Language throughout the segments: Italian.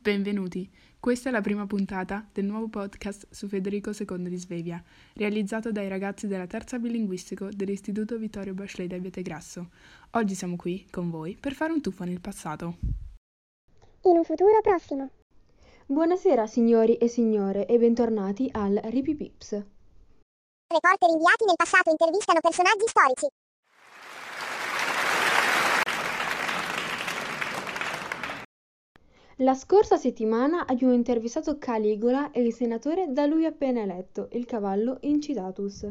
Benvenuti, questa è la prima puntata del nuovo podcast su Federico II di Svevia, realizzato dai ragazzi della terza bilinguistico dell'Istituto Vittorio Bachelet di Abbiategrasso. Oggi siamo qui, con voi, per fare un tuffo nel passato. In un futuro prossimo. Buonasera signori e signore e bentornati al Ripipips. Reporter inviati nel passato intervistano personaggi storici. La scorsa settimana abbiamo intervistato Caligola e il senatore da lui appena eletto, il cavallo Incitatus.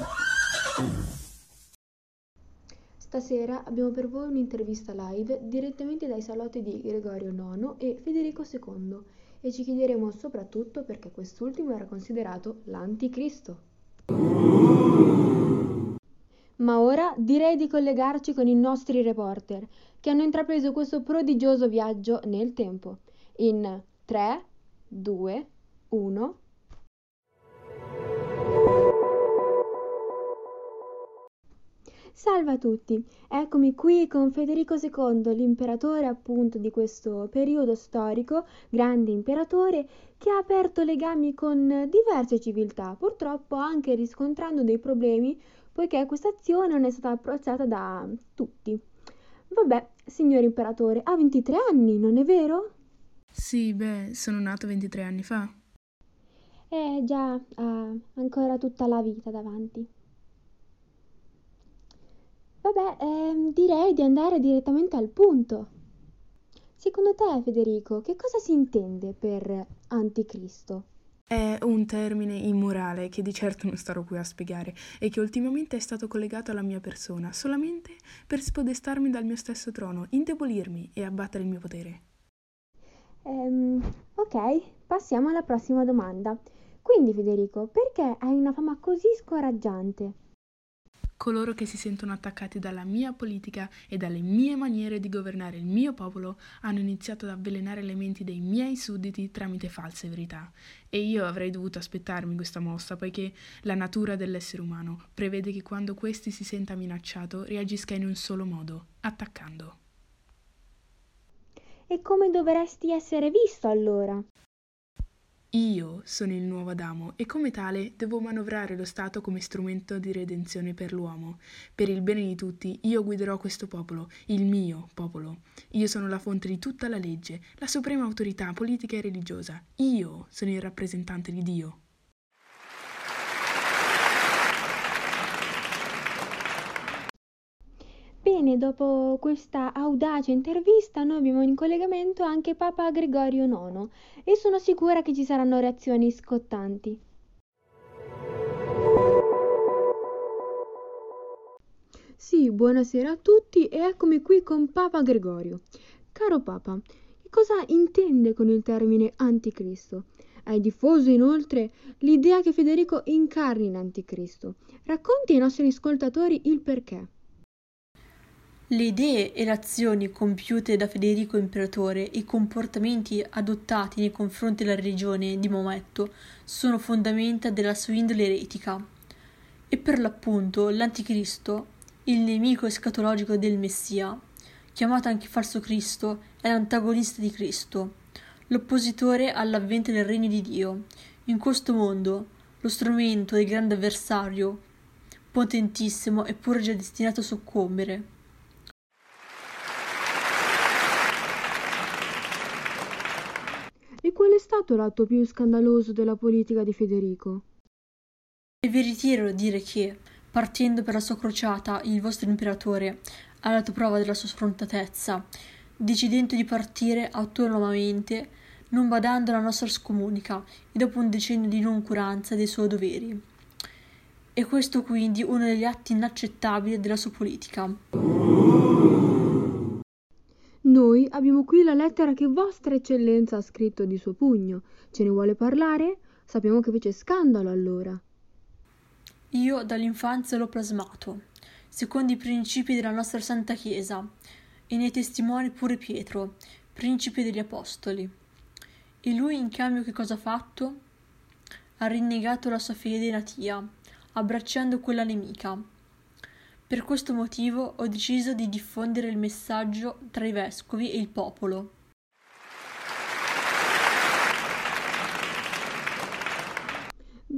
Stasera abbiamo per voi un'intervista live direttamente dai salotti di Gregorio IX e Federico II e ci chiederemo soprattutto perché quest'ultimo era considerato l'anticristo. Ma ora direi di collegarci con i nostri reporter che hanno intrapreso questo prodigioso viaggio nel tempo. In 3, 2, 1... Salve a tutti, eccomi qui con Federico II, l'imperatore appunto di questo periodo storico, grande imperatore, che ha aperto legami con diverse civiltà, purtroppo anche riscontrando dei problemi, poiché questa azione non è stata apprezzata da tutti. Vabbè, signor imperatore, ha 23 anni, non è vero? Sì, sono nato 23 anni fa. Già, ha ancora tutta la vita davanti. Vabbè, direi di andare direttamente al punto. Secondo te, Federico, che cosa si intende per anticristo? È un termine immorale che di certo non starò qui a spiegare e che ultimamente è stato collegato alla mia persona solamente per spodestarmi dal mio stesso trono, indebolirmi e abbattere il mio potere. Ok, passiamo alla prossima domanda. Quindi, Federico, perché hai una fama così scoraggiante? Coloro che si sentono attaccati dalla mia politica e dalle mie maniere di governare il mio popolo hanno iniziato ad avvelenare le menti dei miei sudditi tramite false verità. E io avrei dovuto aspettarmi questa mossa, poiché la natura dell'essere umano prevede che quando questi si senta minacciato reagisca in un solo modo, attaccando. E come dovresti essere visto allora? Io sono il nuovo Adamo e come tale devo manovrare lo Stato come strumento di redenzione per l'uomo. Per il bene di tutti io guiderò questo popolo, il mio popolo. Io sono la fonte di tutta la legge, la suprema autorità politica e religiosa. Io sono il rappresentante di Dio. Bene, dopo questa audace intervista noi abbiamo in collegamento anche Papa Gregorio IX e sono sicura che ci saranno reazioni scottanti. Sì, buonasera a tutti e eccomi qui con Papa Gregorio. Caro Papa, che cosa intende con il termine anticristo? Hai diffuso inoltre l'idea che Federico incarni l'anticristo. Racconti ai nostri ascoltatori il perché. Le idee e le azioni compiute da Federico Imperatore e i comportamenti adottati nei confronti della religione di Maometto sono fondamenta della sua indole eretica. E per l'appunto l'Anticristo, il nemico escatologico del Messia, chiamato anche falso Cristo, è l'antagonista di Cristo, l'oppositore all'avvento del regno di Dio. In questo mondo, lo strumento del grande avversario, potentissimo, è pure già destinato a soccombere. E qual è stato l'atto più scandaloso della politica di Federico? E vi ritiro a dire che, partendo per la sua crociata, il vostro imperatore ha dato prova della sua sfrontatezza, decidendo di partire autonomamente, non badando alla nostra scomunica e dopo un decennio di noncuranza dei suoi doveri. E questo quindi uno degli atti inaccettabili della sua politica. Noi abbiamo qui la lettera che Vostra Eccellenza ha scritto di suo pugno. Ce ne vuole parlare? Sappiamo che fece scandalo allora. Io dall'infanzia l'ho plasmato, secondo i principi della nostra Santa Chiesa, e ne è testimone pure Pietro, principe degli Apostoli. E lui in cambio che cosa ha fatto? Ha rinnegato la sua fede natia, abbracciando quella nemica. Per questo motivo ho deciso di diffondere il messaggio tra i vescovi e il popolo.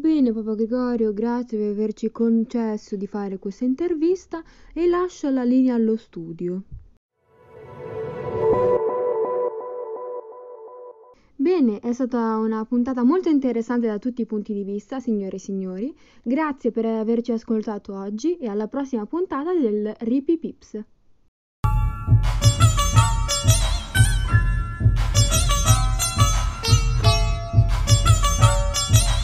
bene, Papa Gregorio, grazie per averci concesso di fare questa intervista e lascio la linea allo studio. Bene, è stata una puntata molto interessante da tutti i punti di vista, signore e signori. Grazie per averci ascoltato oggi e alla prossima puntata del Ripi Pips.